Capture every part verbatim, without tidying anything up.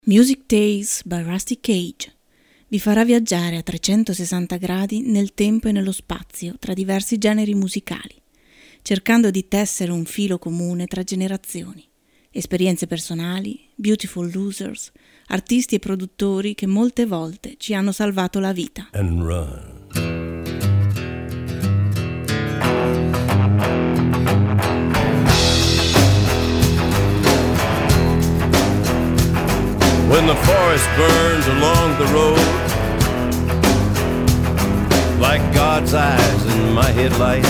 Music Days by Rusty Cage vi farà viaggiare a trecentosessanta gradi nel tempo e nello spazio tra diversi generi musicali, cercando di tessere un filo comune tra generazioni, esperienze personali, beautiful losers, artisti e produttori che molte volte ci hanno salvato la vita. And run. When the forest burns along the road, like God's eyes in my headlights,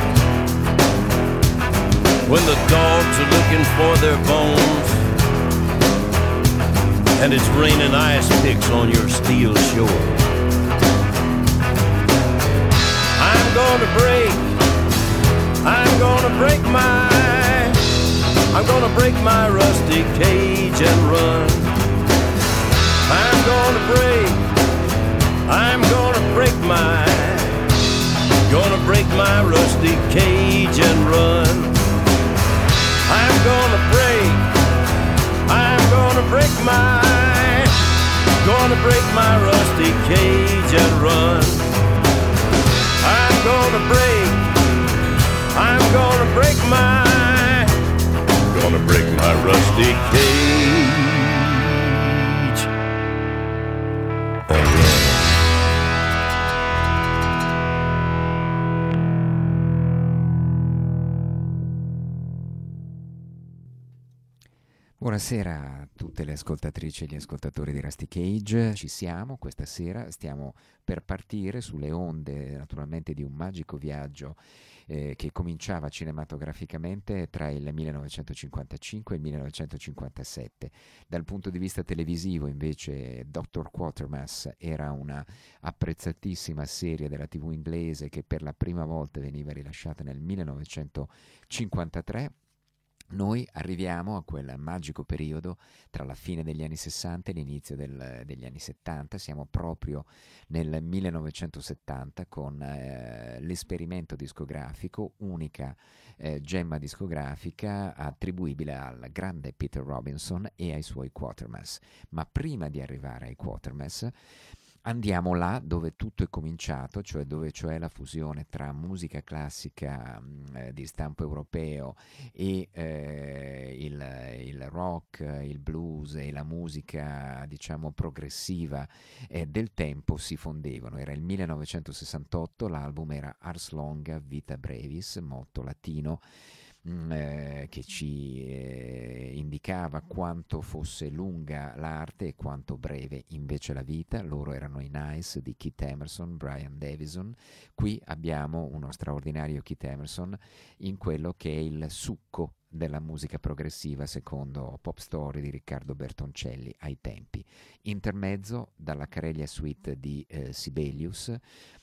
when the dogs are looking for their bones, and it's raining ice picks on your steel shore, I'm gonna break, I'm gonna break my, I'm gonna break my rusty cage and run. I'm gonna break, I'm gonna break my, gonna break my rusty cage and run. I'm gonna break, I'm gonna break my, gonna break my rusty cage and run. I'm gonna break, I'm gonna break my, gonna break my rusty cage. Buonasera a tutte le ascoltatrici e gli ascoltatori di Rusty Cage. Ci siamo questa sera, stiamo per partire sulle onde naturalmente di un magico viaggio eh, che cominciava cinematograficamente tra il millenovecentocinquantacinque e il millenovecentocinquantasette. Dal punto di vista televisivo invece doctor Quatermass era una apprezzatissima serie della tivù inglese che per la prima volta veniva rilasciata nel millenovecentocinquantatré. Noi arriviamo a quel magico periodo tra la fine degli anni sessanta e l'inizio del, degli anni settanta, siamo proprio nel millenovecentosettanta con eh, l'esperimento discografico, unica eh, gemma discografica attribuibile al grande Peter Robinson e ai suoi Quatermass. Ma prima di arrivare ai Quatermass andiamo là dove tutto è cominciato, cioè dove c'è la fusione tra musica classica eh, di stampo europeo e eh, il, il rock, il blues e la musica diciamo progressiva eh, del tempo si fondevano. Era il millenovecentosessantotto, l'album era Ars Longa Vita Brevis, motto latino Eh, che ci eh, indicava quanto fosse lunga l'arte e quanto breve invece la vita. Loro erano i Nice di Keith Emerson, Brian Davison. Qui abbiamo uno straordinario Keith Emerson in quello che è il succo della musica progressiva secondo Pop Story di Riccardo Bertoncelli ai tempi. Intermezzo dalla Karelia Suite di eh, Sibelius,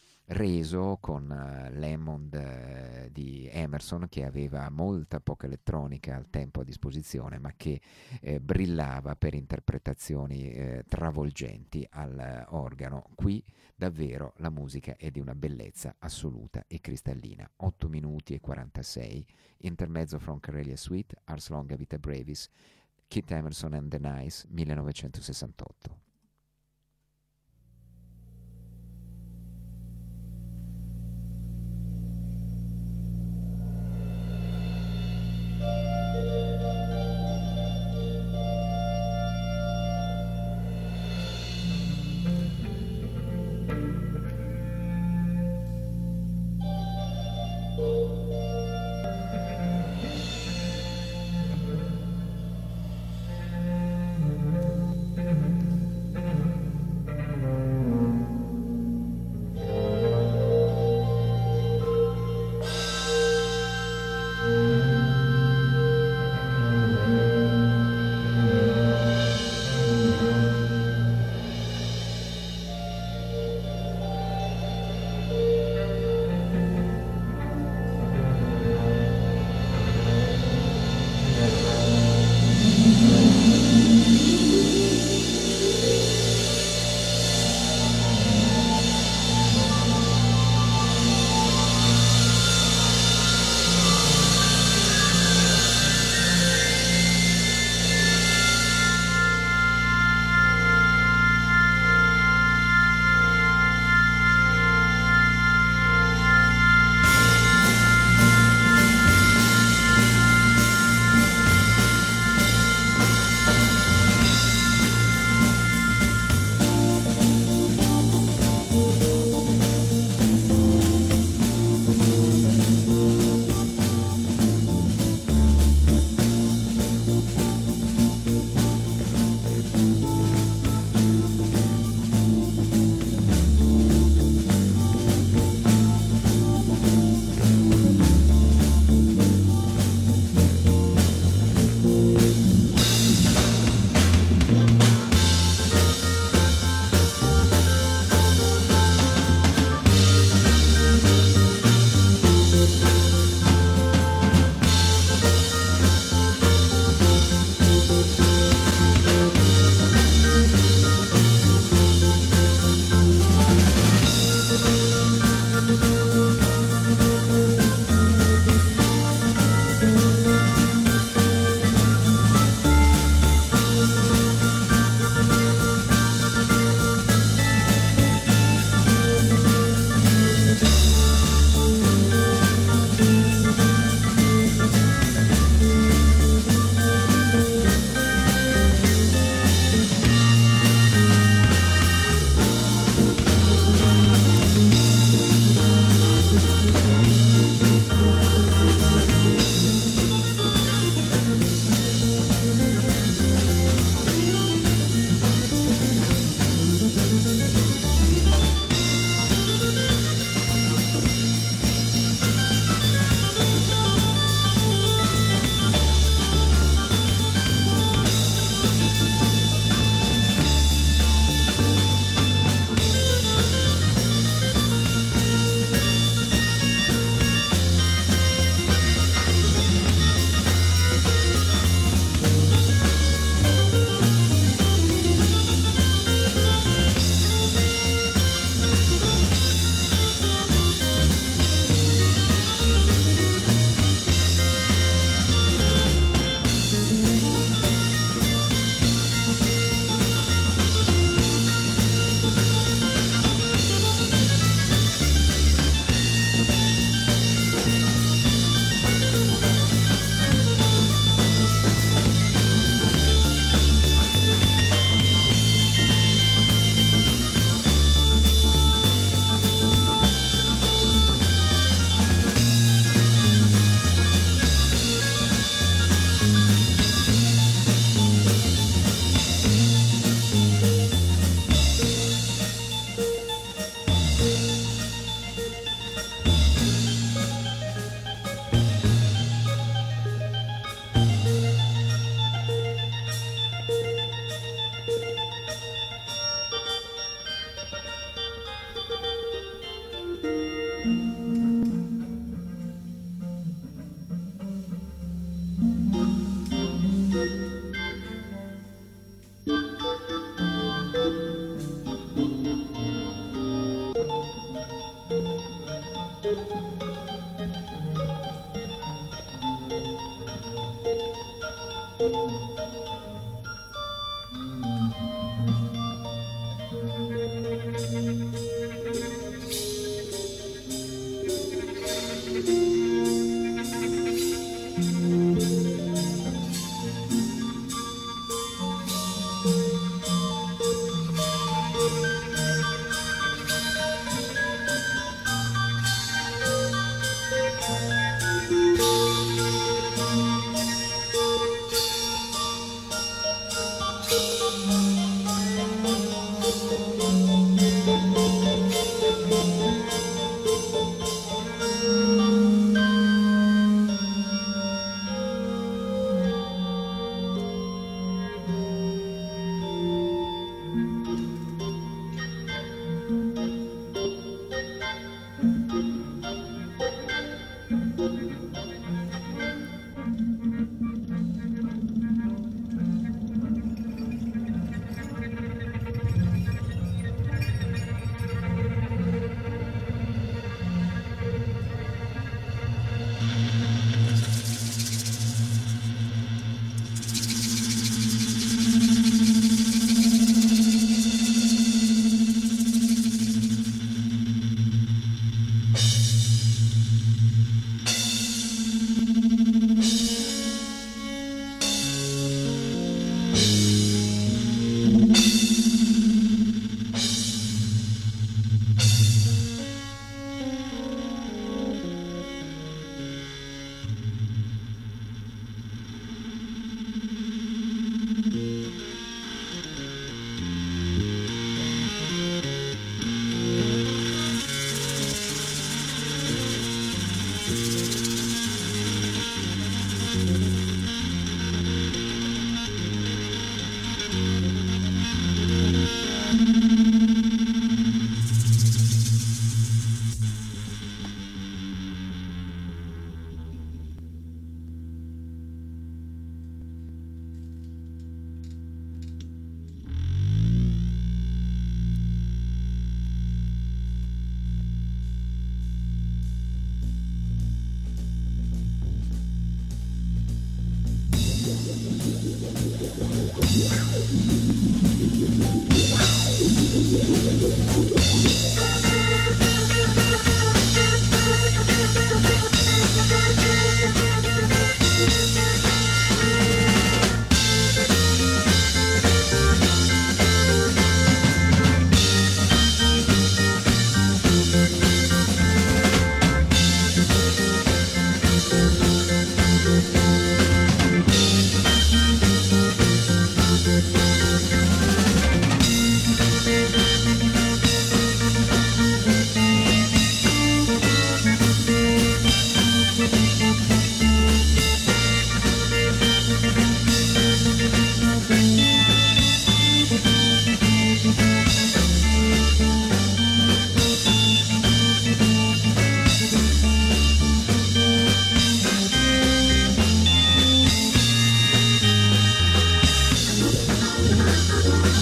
reso con uh, l'Hammond uh, di Emerson, che aveva molta poca elettronica al tempo a disposizione ma che eh, brillava per interpretazioni eh, travolgenti all'organo. Qui davvero la musica è di una bellezza assoluta e cristallina. otto minuti e quarantasei, intermezzo from Karelia Suite, Ars Longa Vita Brevis, Keith Emerson and the Nice, millenovecentosessantotto.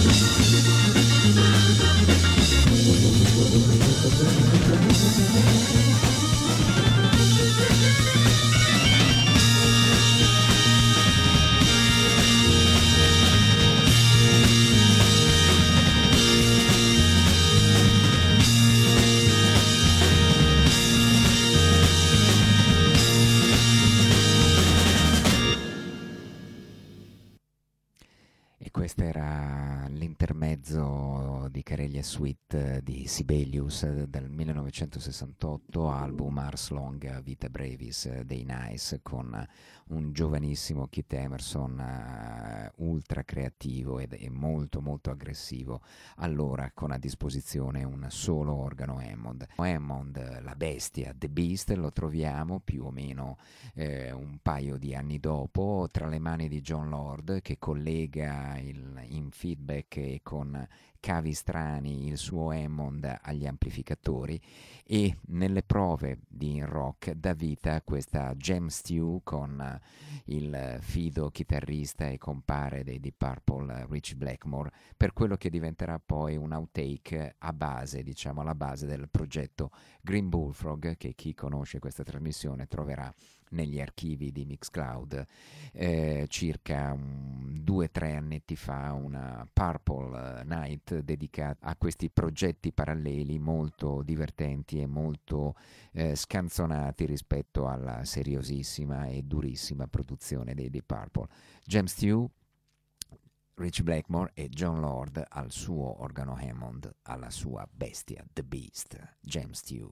Questo era l'intermezzo di Karelia Suite di Sibelius del millenovecentosessantotto, album Ars Longa Vita Brevis dei Nice, con un giovanissimo Keith Emerson uh, ultra creativo ed, e molto molto aggressivo, allora con a disposizione un solo organo Hammond. Hammond, la bestia, The Beast, lo troviamo più o meno eh, un paio di anni dopo tra le mani di Jon Lord, che collega il in feedback e con cavi strani il suo Hammond agli amplificatori, e nelle prove di In Rock dà vita a questa jam stew con il fido chitarrista e compare dei Deep Purple Richie Blackmore, per quello che diventerà poi un outtake a base, diciamo alla base del progetto Green Bullfrog, che chi conosce questa trasmissione troverà negli archivi di Mixcloud. Eh, circa um, due o tre annetti fa una Purple Night dedicata a questi progetti paralleli molto divertenti e molto eh, scanzonati rispetto alla seriosissima e durissima produzione dei Deep Purple. Jam Stew, Richie Blackmore e Jon Lord al suo organo Hammond, alla sua bestia The Beast. Jam Stew.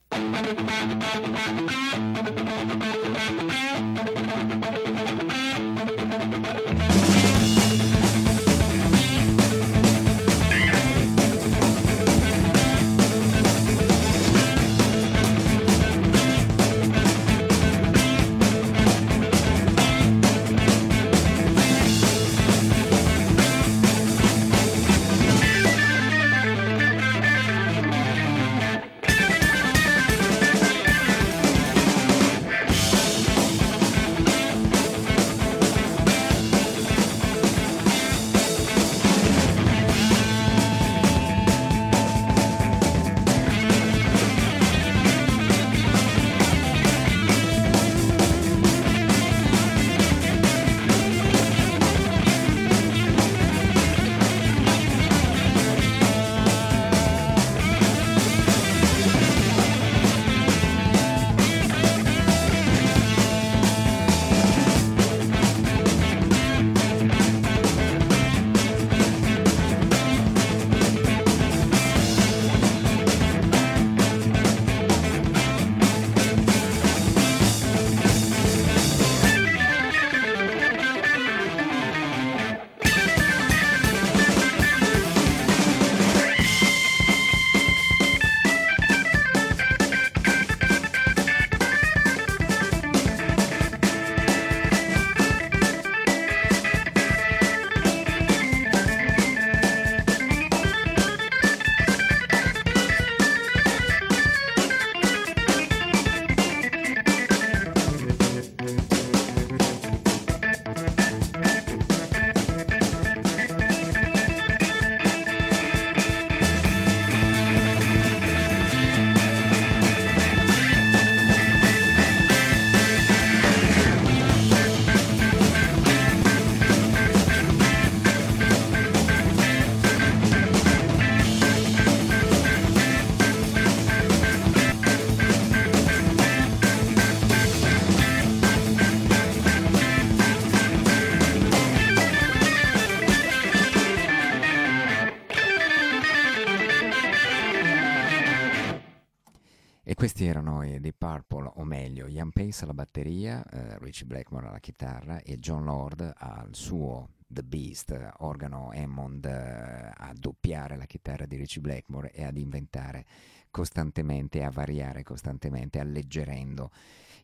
Questi erano i Deep Purple, o meglio Ian Pace alla batteria, eh, Richie Blackmore alla chitarra e Jon Lord al suo The Beast, organo Hammond, eh, a doppiare la chitarra di Richie Blackmore e ad inventare costantemente, a variare costantemente, alleggerendo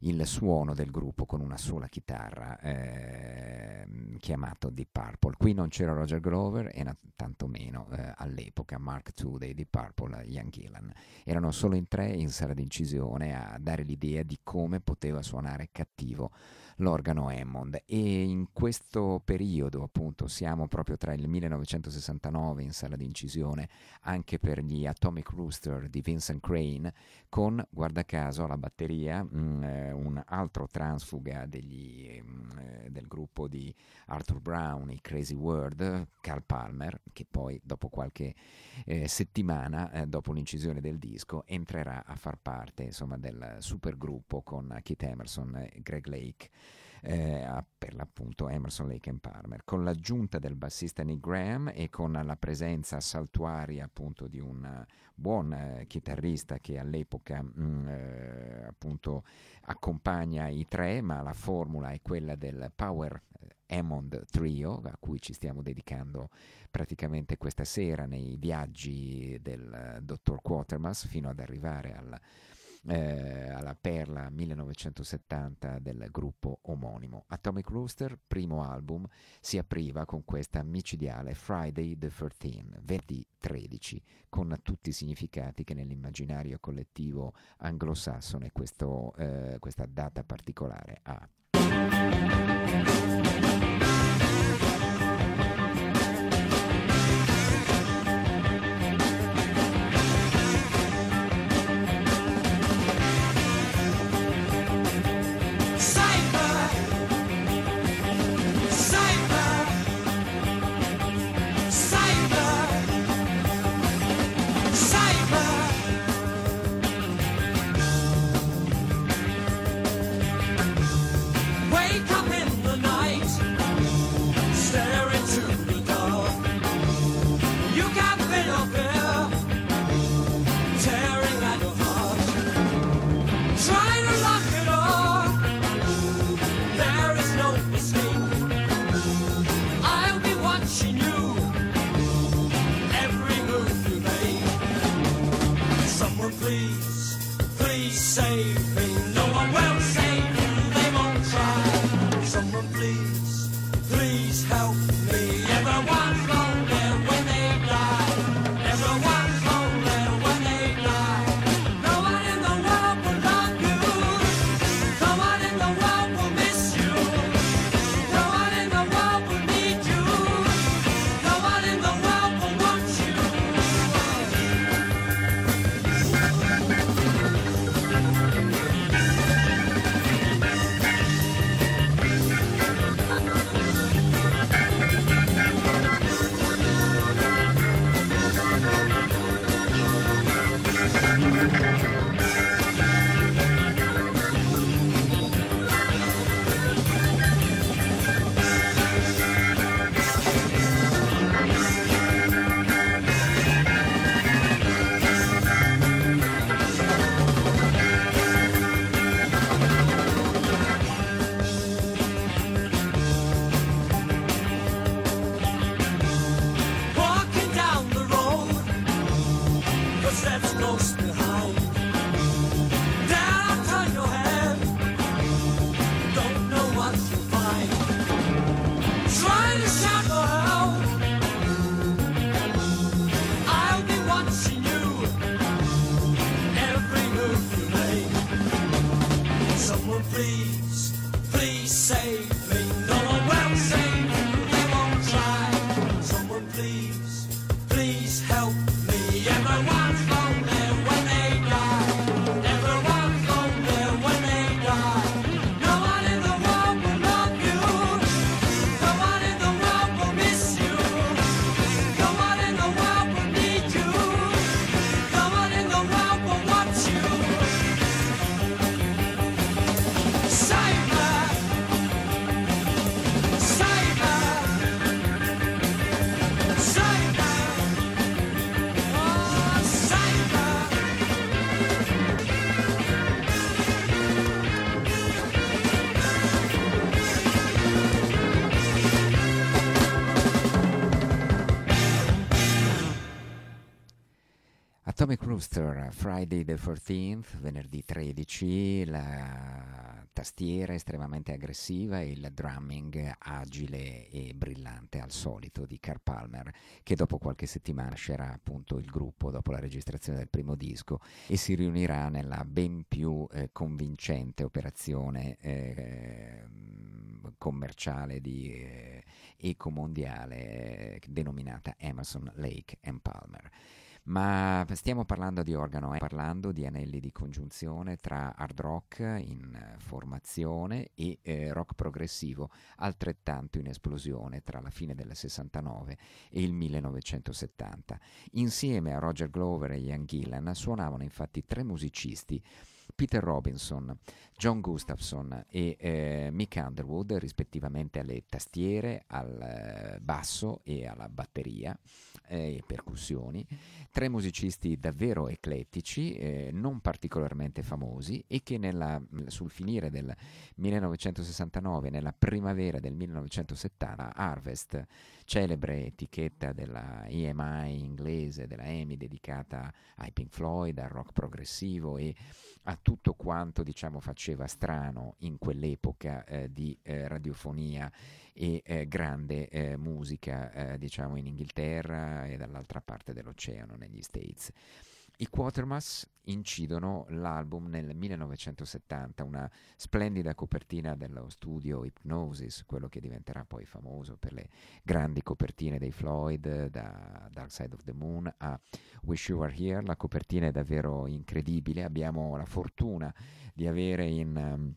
il suono del gruppo con una sola chitarra, eh, chiamato Deep Purple. Qui non c'era Roger Glover e na- tantomeno eh, all'epoca Mark due dei Deep Purple, Ian Gillan. Erano solo in tre in sala d'incisione a dare l'idea di come poteva suonare cattivo l'organo Hammond, e in questo periodo appunto siamo proprio tra il millenovecentosessantanove in sala d'incisione anche per gli Atomic Rooster di Vincent Crane, con, guarda caso, alla batteria mh, eh, un altro transfuga degli, mh, eh, del gruppo di Arthur Brown, i Crazy World, Carl Palmer, che poi dopo qualche eh, settimana eh, dopo l'incisione del disco entrerà a far parte insomma del supergruppo con Keith Emerson e Greg Lake, eh, per l'appunto Emerson, Lake and Palmer, con l'aggiunta del bassista Nick Graham e con la presenza saltuaria appunto di un buon eh, chitarrista che all'epoca mh, eh, appunto accompagna i tre, ma la formula è quella del Power Hammond Trio, a cui ci stiamo dedicando praticamente questa sera nei viaggi del dottor Quatermass fino ad arrivare al Eh, alla perla millenovecentosettanta del gruppo omonimo. Atomic Rooster, primo album, si apriva con questa micidiale Friday the thirteenth, venerdì tredici, con tutti i significati che nell'immaginario collettivo anglosassone questo, eh, questa data particolare ha. Atomic Rooster, Friday the fourteenth, venerdì tredici, la tastiera estremamente aggressiva e il drumming agile e brillante al solito di Carl Palmer, che dopo qualche settimana lascerà appunto il gruppo dopo la registrazione del primo disco e si riunirà nella ben più eh, convincente operazione eh, commerciale di eh, ecomondiale eh, denominata Emerson, Lake and Palmer. Ma stiamo parlando di organo, eh, parlando di anelli di congiunzione tra hard rock in eh, formazione e eh, rock progressivo altrettanto in esplosione tra la fine del sessantanove e il millenovecentosettanta. Insieme a Roger Glover e Ian Gillan suonavano infatti tre musicisti, Peter Robinson, John Gustafson e eh, Mick Underwood, rispettivamente alle tastiere, al eh, basso e alla batteria eh, e percussioni, tre musicisti davvero eclettici, eh, non particolarmente famosi e che nella, sul finire del millenovecentosessantanove, nella primavera del millenovecentosettanta, Harvest, celebre etichetta della E M I inglese, della E M I dedicata ai Pink Floyd, al rock progressivo e a tutto quanto diciamo faceva strano in quell'epoca eh, di eh, radiofonia e eh, grande eh, musica eh, diciamo in Inghilterra e dall'altra parte dell'oceano negli States. I Quatermass incidono l'album nel millenovecentosettanta, una splendida copertina dello studio Hypnosis, quello che diventerà poi famoso per le grandi copertine dei Floyd, da Dark Side of the Moon a Wish You Were Here. La copertina è davvero incredibile, abbiamo la fortuna di avere in... Um,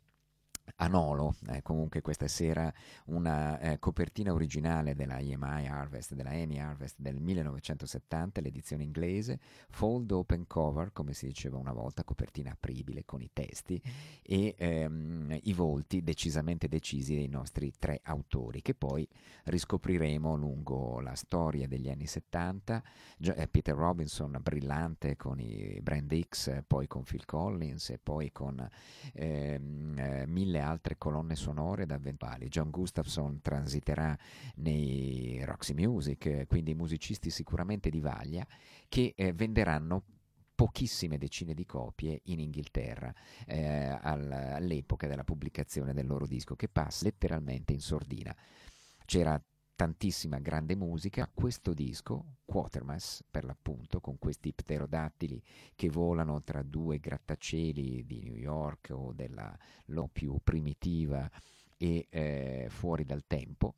a Nolo, eh, comunque questa sera una eh, copertina originale della E M I Harvest, della E M I Harvest del millenovecentosettanta, l'edizione inglese, fold open cover, come si diceva una volta, copertina apribile con i testi e ehm, i volti decisamente decisi dei nostri tre autori, che poi riscopriremo lungo la storia degli anni settanta. Gio- eh, Peter Robinson brillante con i Brand X, poi con Phil Collins e poi con ehm, eh, mille altre colonne sonore da ventali. John Gustafson transiterà nei Roxy Music, quindi musicisti sicuramente di vaglia che eh, venderanno pochissime decine di copie in Inghilterra eh, al, all'epoca della pubblicazione del loro disco, che passa letteralmente in sordina. C'era tantissima grande musica. Questo disco, Quatermass per l'appunto, con questi pterodattili che volano tra due grattacieli di New York o della lo più primitiva e eh, fuori dal tempo,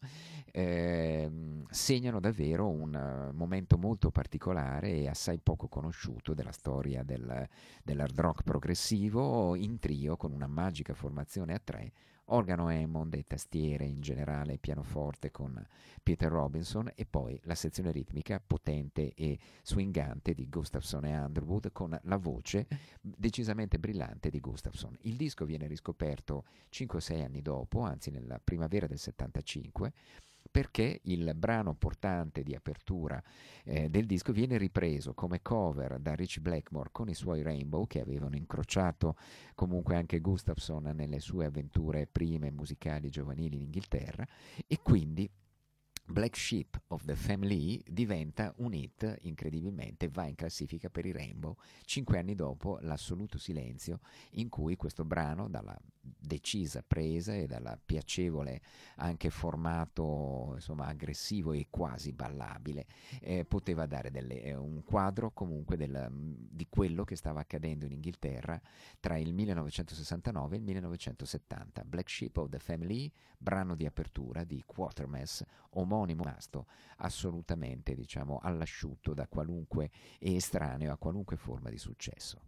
eh, segnano davvero un uh, momento molto particolare e assai poco conosciuto della storia del, dell'hard rock progressivo, in trio con una magica formazione a tre, organo Hammond e tastiere in generale, pianoforte con Peter Robinson e poi la sezione ritmica potente e swingante di Gustafson e Underwood con la voce decisamente brillante di Gustafson. Il disco viene riscoperto cinque o sei anni dopo, anzi nella primavera del settantacinque, perché il brano portante di apertura eh, del disco viene ripreso come cover da Rich Blackmore con i suoi Rainbow, che avevano incrociato comunque anche Gustafson nelle sue avventure prime musicali giovanili in Inghilterra, e quindi Black Sheep of the Family diventa un hit, incredibilmente va in classifica per i Rainbow cinque anni dopo l'assoluto silenzio in cui questo brano, dalla decisa presa e dalla piacevole anche formato insomma aggressivo e quasi ballabile, eh, poteva dare delle, eh, un quadro comunque del, di quello che stava accadendo in Inghilterra tra il millenovecentosessantanove e il millenovecentosettanta. Black Sheep of the Family, brano di apertura di Quatermass, omonimo rimasto assolutamente diciamo all'asciutto da qualunque e estraneo a qualunque forma di successo.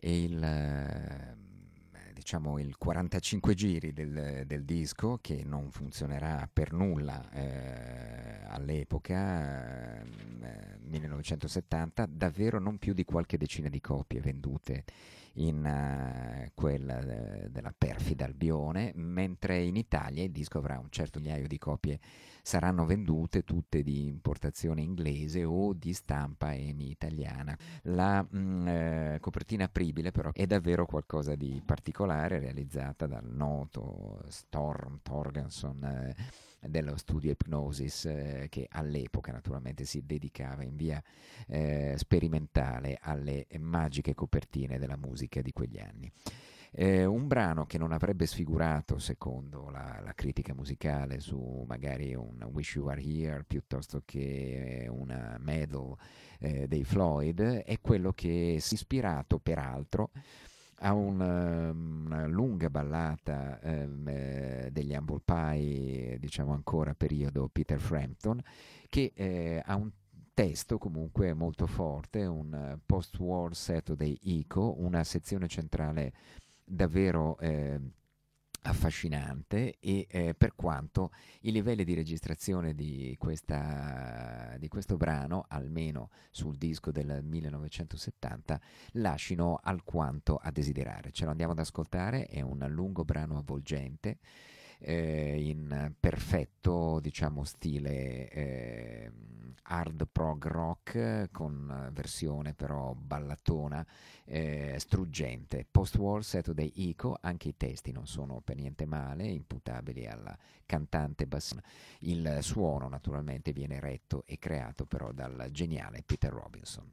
e il, eh, diciamo il quarantacinque giri del, del disco, che non funzionerà per nulla eh, all'epoca, eh, millenovecentosettanta, davvero non più di qualche decina di copie vendute in uh, quella de- della perfida Albione, mentre in Italia il disco avrà un certo migliaio di copie, saranno vendute tutte di importazione inglese o di stampa E M I italiana. La mh, eh, copertina apribile però è davvero qualcosa di particolare, realizzata dal noto Storm Thorgerson eh, dello studio Hypnosis, eh, che all'epoca naturalmente si dedicava in via eh, sperimentale alle magiche copertine della musica di quegli anni. Eh, un brano che non avrebbe sfigurato, secondo la, la critica musicale, su magari un Wish You Were Here piuttosto che una Medal eh, dei Floyd, è quello che si è ispirato peraltro a un, una lunga ballata ehm, eh, degli Humble Pie, diciamo ancora periodo Peter Frampton, che eh, ha un testo comunque molto forte, un post-war Saturday Eco, una sezione centrale davvero eh, affascinante, e eh, per quanto i livelli di registrazione di, questa, di questo brano, almeno sul disco del millenovecentosettanta, lascino alquanto a desiderare. Ce lo andiamo ad ascoltare, è un lungo brano avvolgente, eh, in perfetto, diciamo, stile eh, hard prog rock, con versione però ballatona, eh, struggente. Post-war Saturday Eco, anche i testi non sono per niente male, imputabili alla cantante bassina. Il suono naturalmente viene retto e creato però dal geniale Peter Robinson.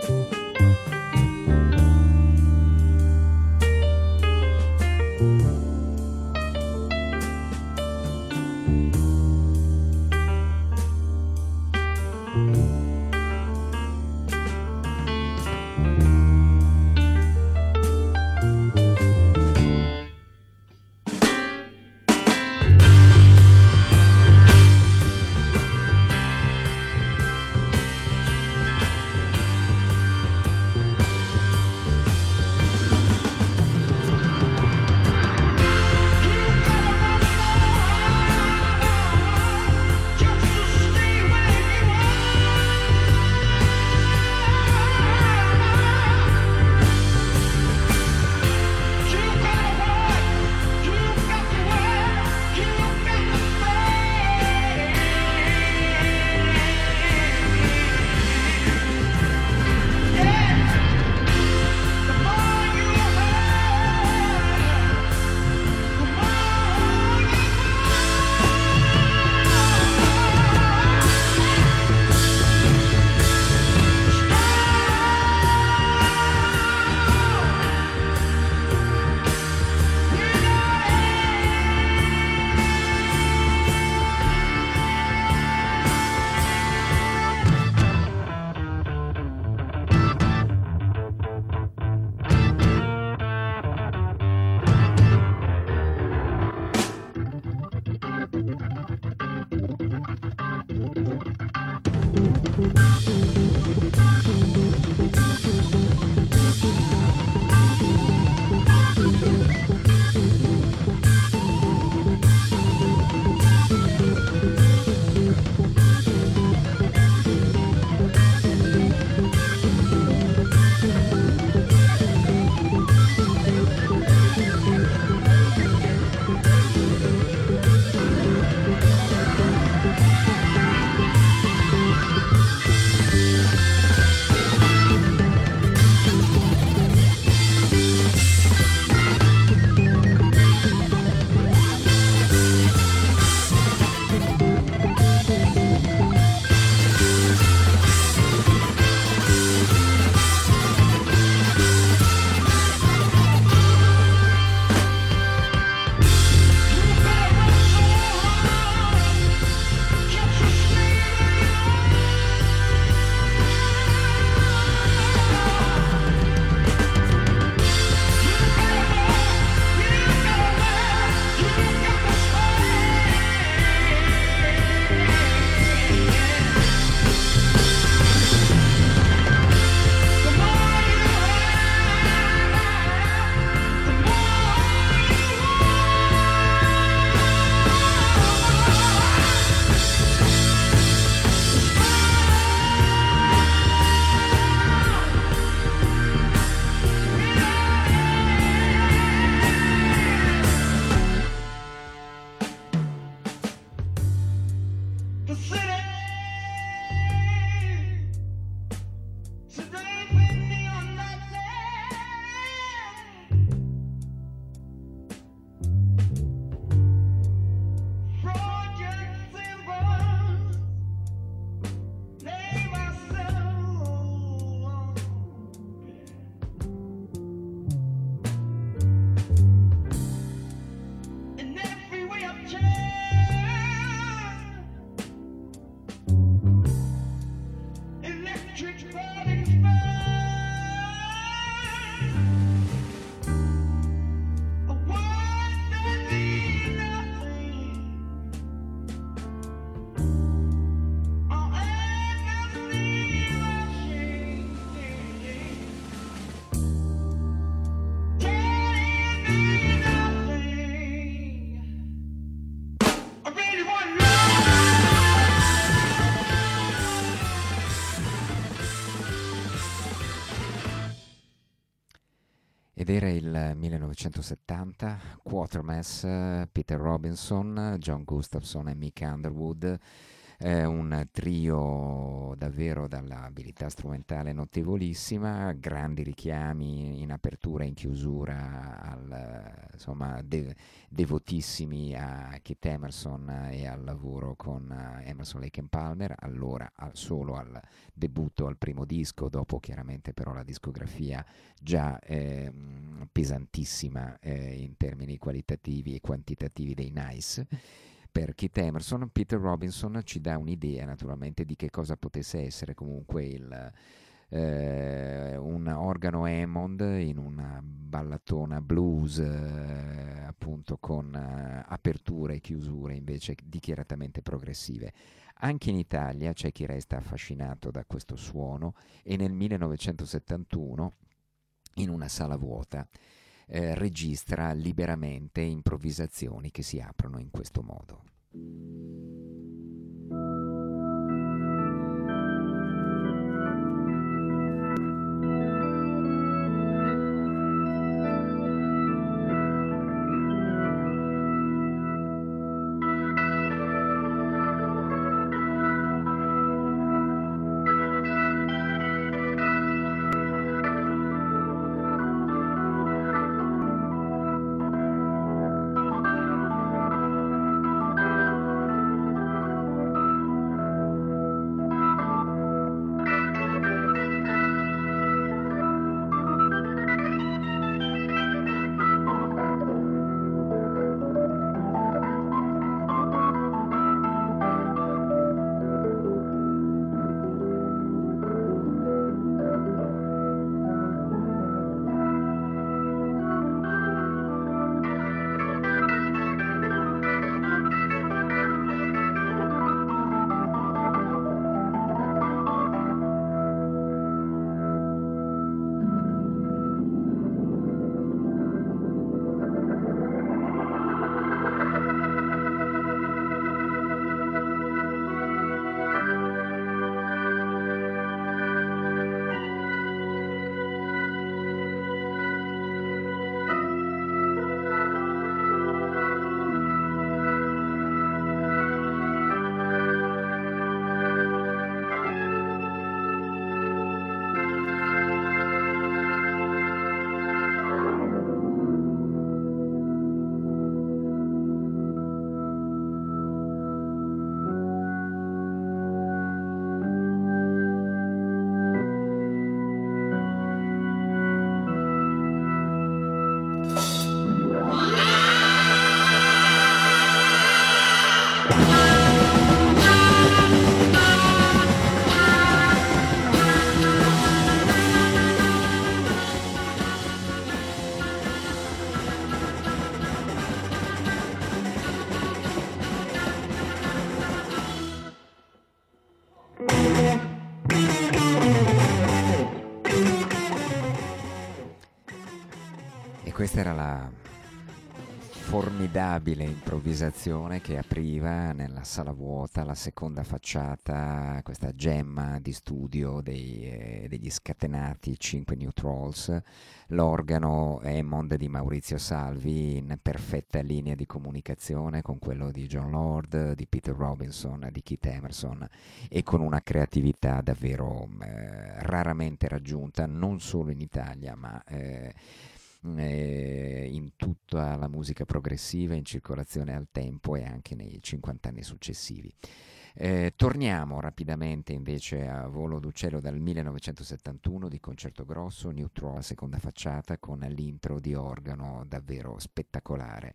Ed era il millenovecentosettanta, Quatermass, Peter Robinson, John Gustafson e Mick Underwood Eh, un trio davvero dall'abilità strumentale notevolissima, grandi richiami in apertura e in chiusura, al, insomma, de- devotissimi a Keith Emerson e al lavoro con eh, Emerson, Lake and Palmer, allora al- solo al debutto, al primo disco, dopo chiaramente però la discografia già eh, pesantissima eh, in termini qualitativi e quantitativi dei Nice. Per Keith Emerson, Peter Robinson ci dà un'idea naturalmente di che cosa potesse essere comunque il, eh, un organo Hammond in una ballatona blues, eh, appunto con eh, aperture e chiusure invece dichiaratamente progressive. Anche in Italia c'è chi resta affascinato da questo suono e nel millenovecentosettantuno, in una sala vuota, eh, registra liberamente improvvisazioni che si aprono in questo modo. Questa era la formidabile improvvisazione che apriva nella sala vuota la seconda facciata, questa gemma di studio dei, eh, degli scatenati cinque New Trolls, l'organo Hammond di Maurizio Salvi in perfetta linea di comunicazione con quello di John Lord, di Peter Robinson, di Keith Emerson, e con una creatività davvero eh, raramente raggiunta non solo in Italia ma eh, Eh, in tutta la musica progressiva in circolazione al tempo e anche nei cinquanta anni successivi. Eh, torniamo rapidamente invece a volo d'uccello dal millenovecentosettantuno di Concerto Grosso, New Troll, seconda facciata, con l'intro di organo davvero spettacolare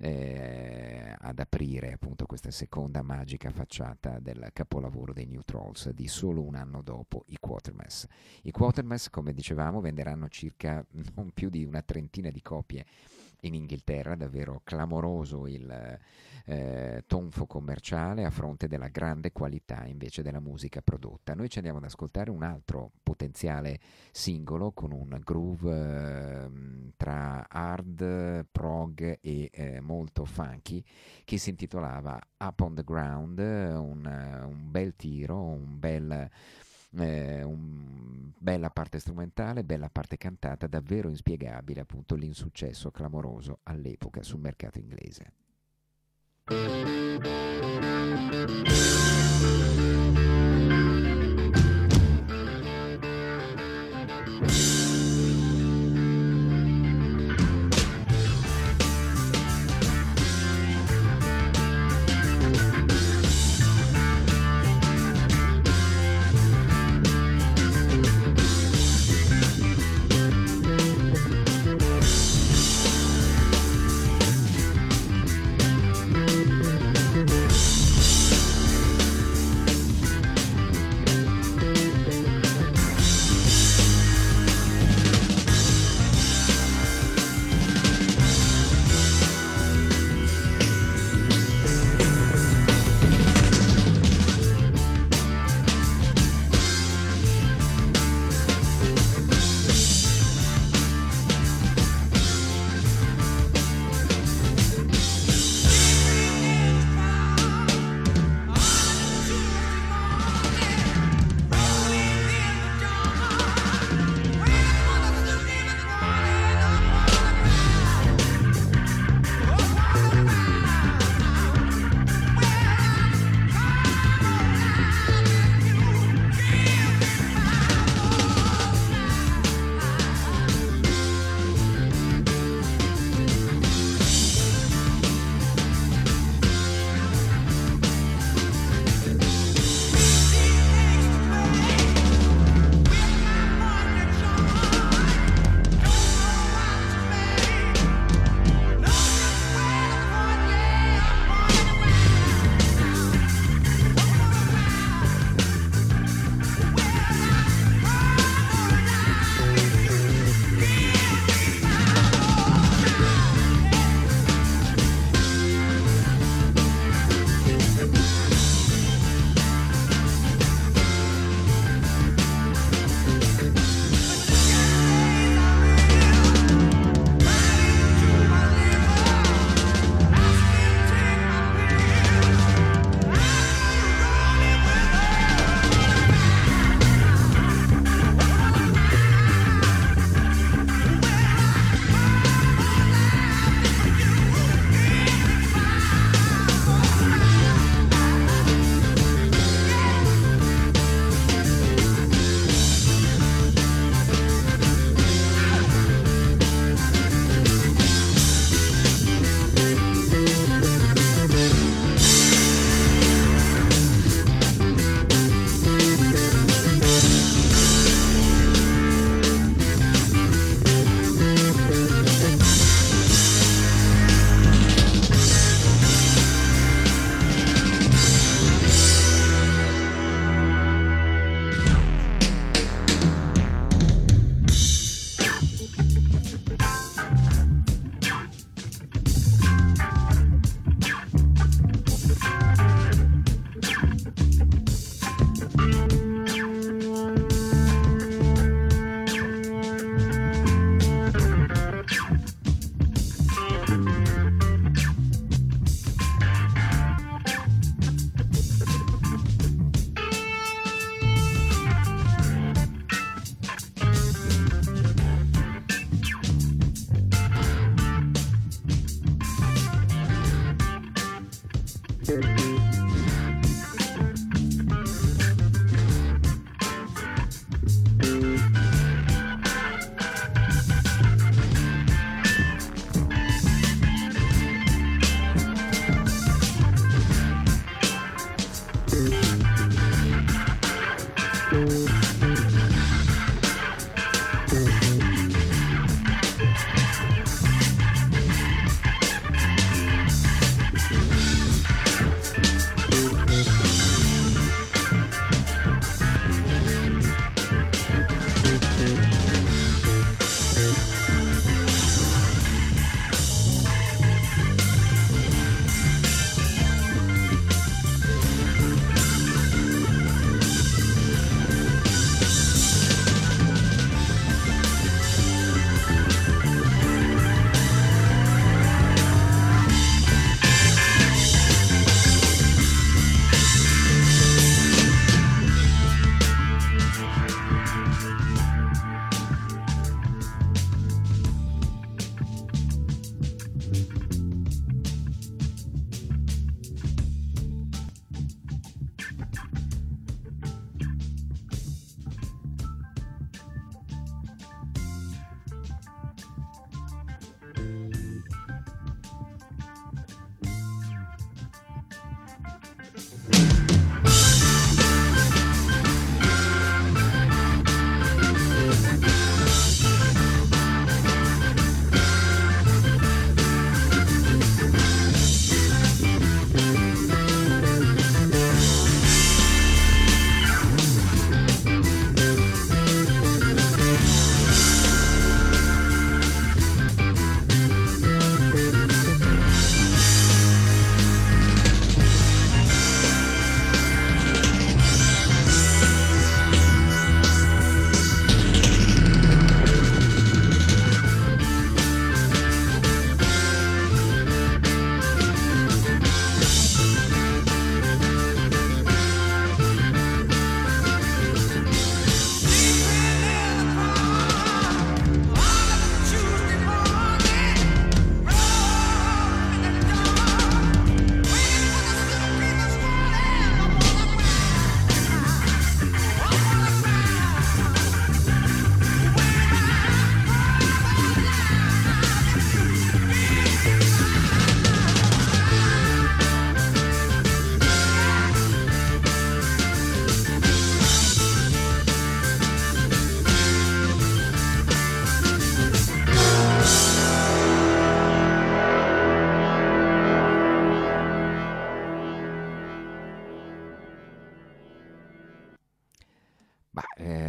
eh, ad aprire appunto questa seconda magica facciata del capolavoro dei New Trolls di solo un anno dopo, i Quatermass. I Quatermass, come dicevamo, venderanno circa non più di una trentina di copie in Inghilterra, davvero clamoroso il eh, tonfo commerciale a fronte della grande qualità invece della musica prodotta. Noi ci andiamo ad ascoltare un altro potenziale singolo con un groove eh, tra hard, prog e eh, molto funky, che si intitolava Up on the Ground, un, un bel tiro, un bel Eh, un, bella parte strumentale, bella parte cantata, davvero inspiegabile appunto l'insuccesso clamoroso all'epoca sul mercato inglese.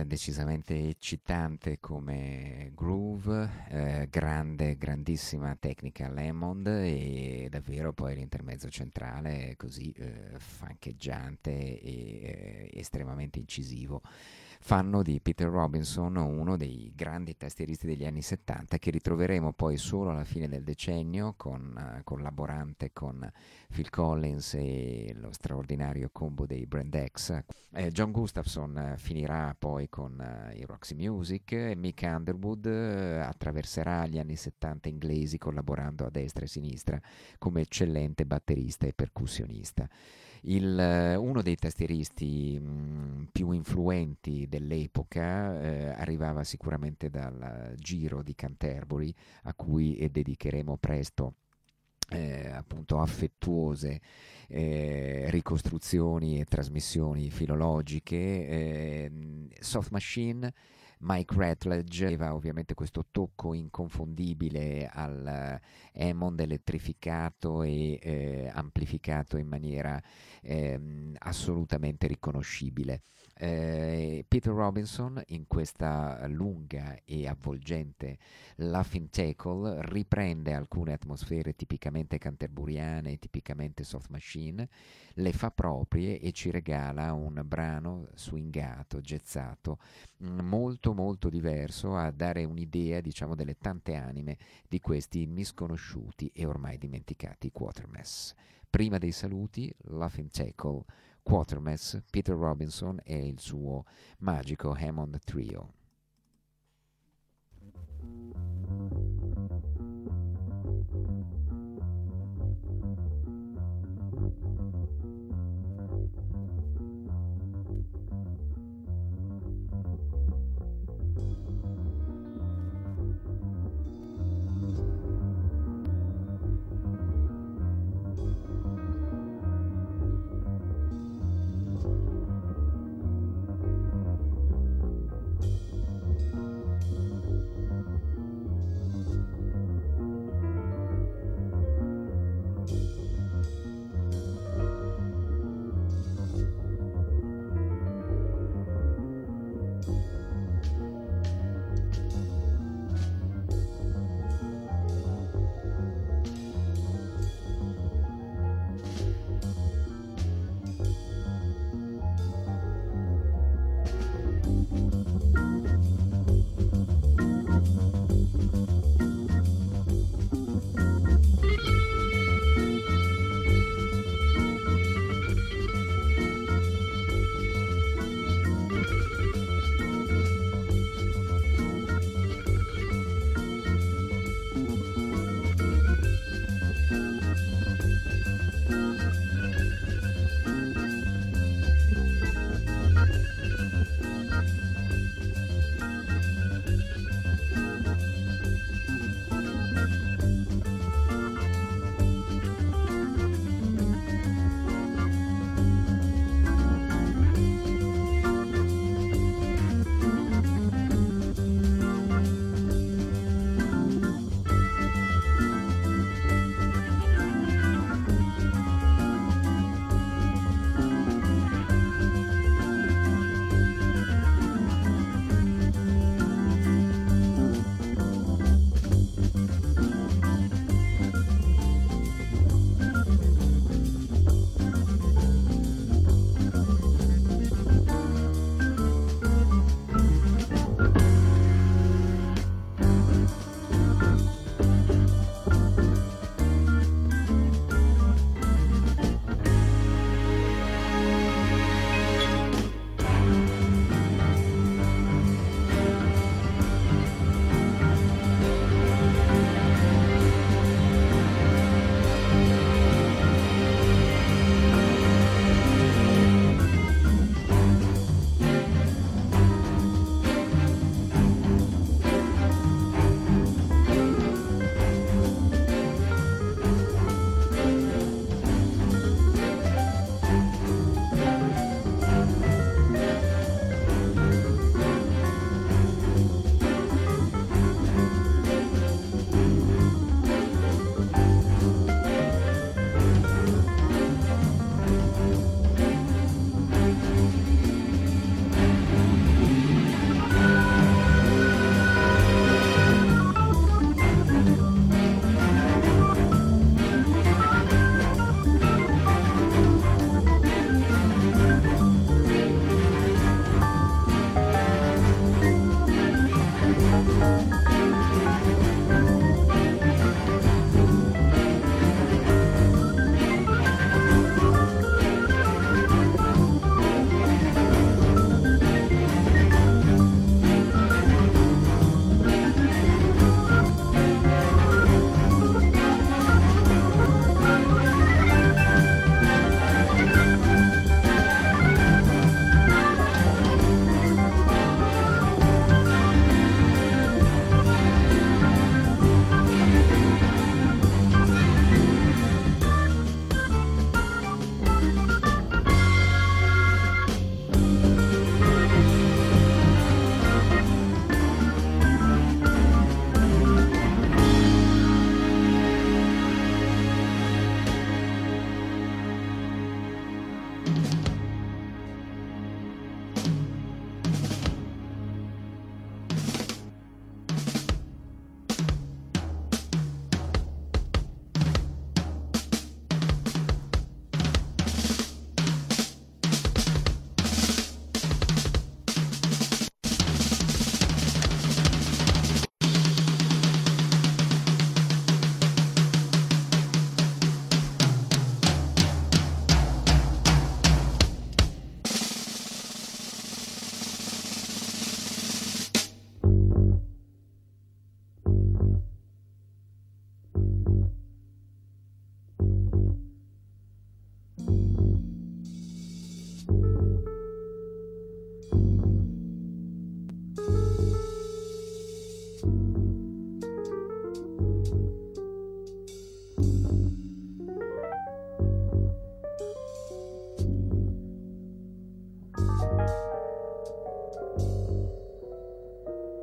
decisamente eccitante come groove, eh, grande, grandissima tecnica Hammond e davvero poi l'intermezzo centrale così eh, fancheggiante e eh, estremamente incisivo. Fanno di Peter Robinson uno dei grandi tastieristi degli anni settanta che ritroveremo poi solo alla fine del decennio con, eh, collaborante con Phil Collins e lo straordinario combo dei Brand X. Eh, John Gustafson eh, finirà poi con eh, i Roxy Music e Mick Underwood eh, attraverserà gli anni settanta inglesi collaborando a destra e a sinistra come eccellente batterista e percussionista. Il, eh, uno dei tastieristi mh, più influenti dell'epoca eh, arrivava sicuramente dal giro di Canterbury, a cui eh, dedicheremo presto Eh, appunto affettuose eh, ricostruzioni e trasmissioni filologiche. eh, Soft Machine, Mike Ratledge aveva ovviamente questo tocco inconfondibile al eh, Hammond elettrificato e eh, amplificato in maniera ehm, assolutamente riconoscibile. Eh, Peter Robinson in questa lunga e avvolgente Laughing Tackle riprende alcune atmosfere tipicamente canterburiane e tipicamente Soft Machine, le fa proprie e ci regala un brano swingato, jazzato, molto molto diverso a dare un'idea, diciamo, delle tante anime di questi misconosciuti e ormai dimenticati Quatermass. Prima dei saluti, Laughing Tackle, Quatermass, Peter Robinson e il suo magico Hammond Trio.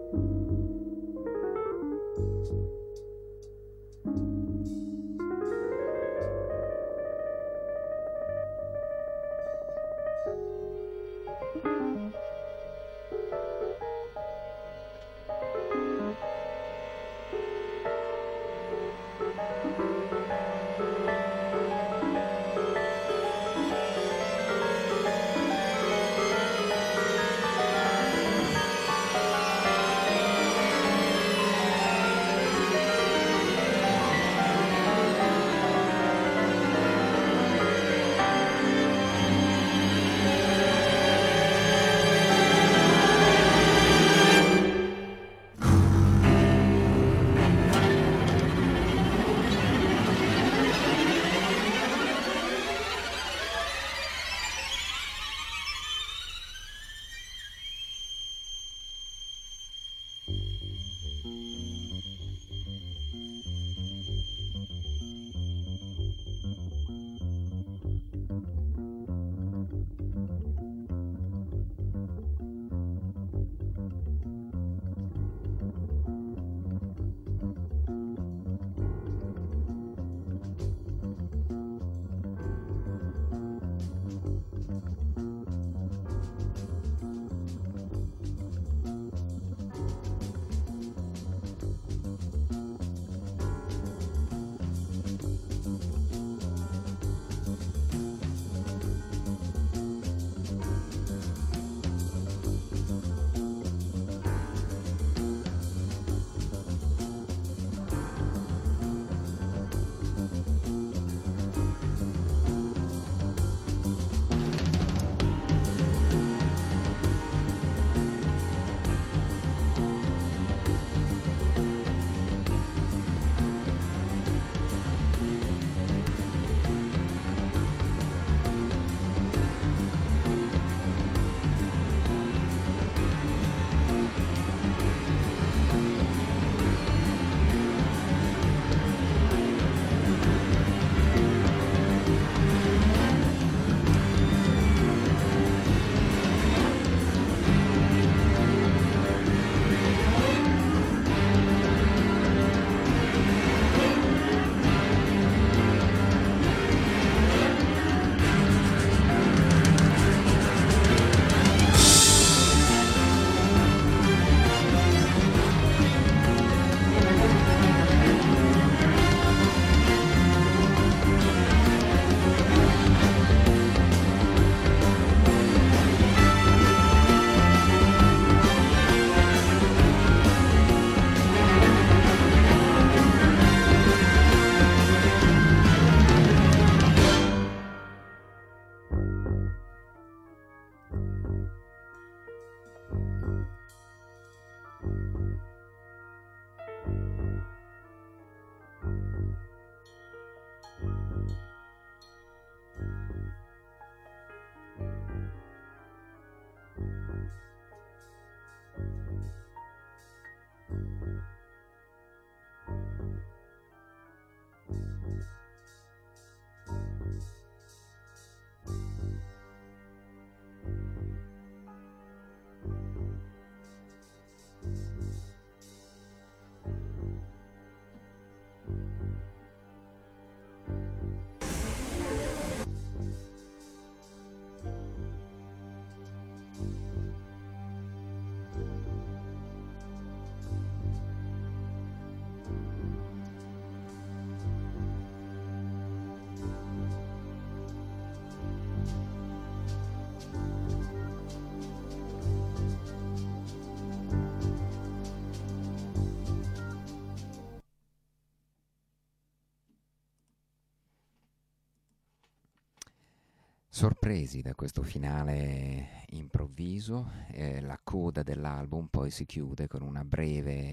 Sorpresi da questo finale improvviso, eh, la coda dell'album poi si chiude con una breve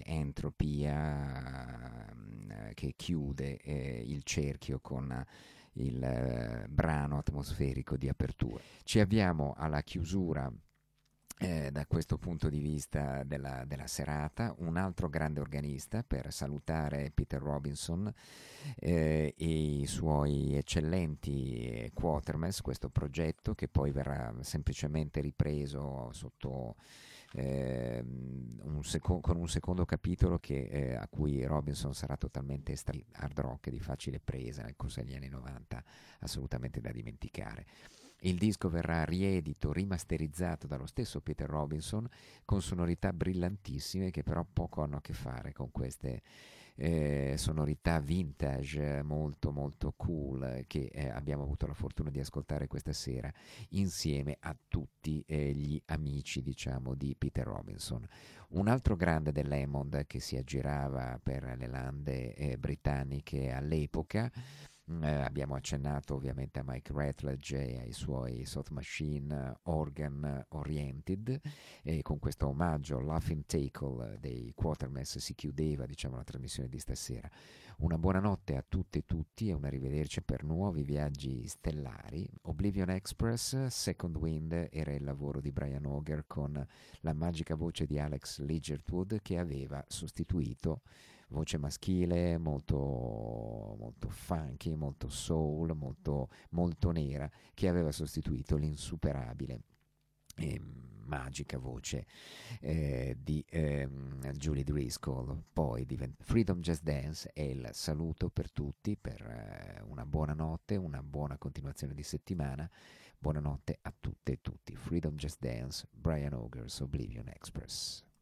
entropia eh, che chiude eh, il cerchio con il eh, brano atmosferico di apertura. Ci avviamo alla chiusura Eh, da questo punto di vista della, della serata. Un altro grande organista, per salutare Peter Robinson eh, e i suoi eccellenti Quatermass, questo progetto che poi verrà semplicemente ripreso sotto eh, un seco- con un secondo capitolo che, eh, a cui Robinson sarà totalmente estra- hard rock di facile presa nel corso degli anni novanta, assolutamente da dimenticare. Il disco verrà riedito, rimasterizzato dallo stesso Peter Robinson con sonorità brillantissime che però poco hanno a che fare con queste eh, sonorità vintage molto molto cool che eh, abbiamo avuto la fortuna di ascoltare questa sera insieme a tutti eh, gli amici, diciamo, di Peter Robinson. Un altro grande dell'Hammond che si aggirava per le lande eh, britanniche all'epoca. Eh, abbiamo accennato ovviamente a Mike Ratledge e ai suoi Soft Machine Organ Oriented, e con questo omaggio Laughing Tackle dei Quatermass si chiudeva, diciamo, la trasmissione di stasera. Una buonanotte a tutte e tutti e un arrivederci per nuovi viaggi stellari. Oblivion Express, Second Wind era il lavoro di Brian Auger con la magica voce di Alex Ligertwood che aveva sostituito, voce maschile molto, molto funky, molto soul, molto, molto nera, che aveva sostituito l'insuperabile e magica voce eh, di ehm, Julie Driscoll. Poi divent- Freedom Just Dance è il saluto per tutti, per eh, una buona notte, una buona continuazione di settimana. Buonanotte a tutte e tutti. Freedom Just Dance, Brian Auger's Oblivion Express.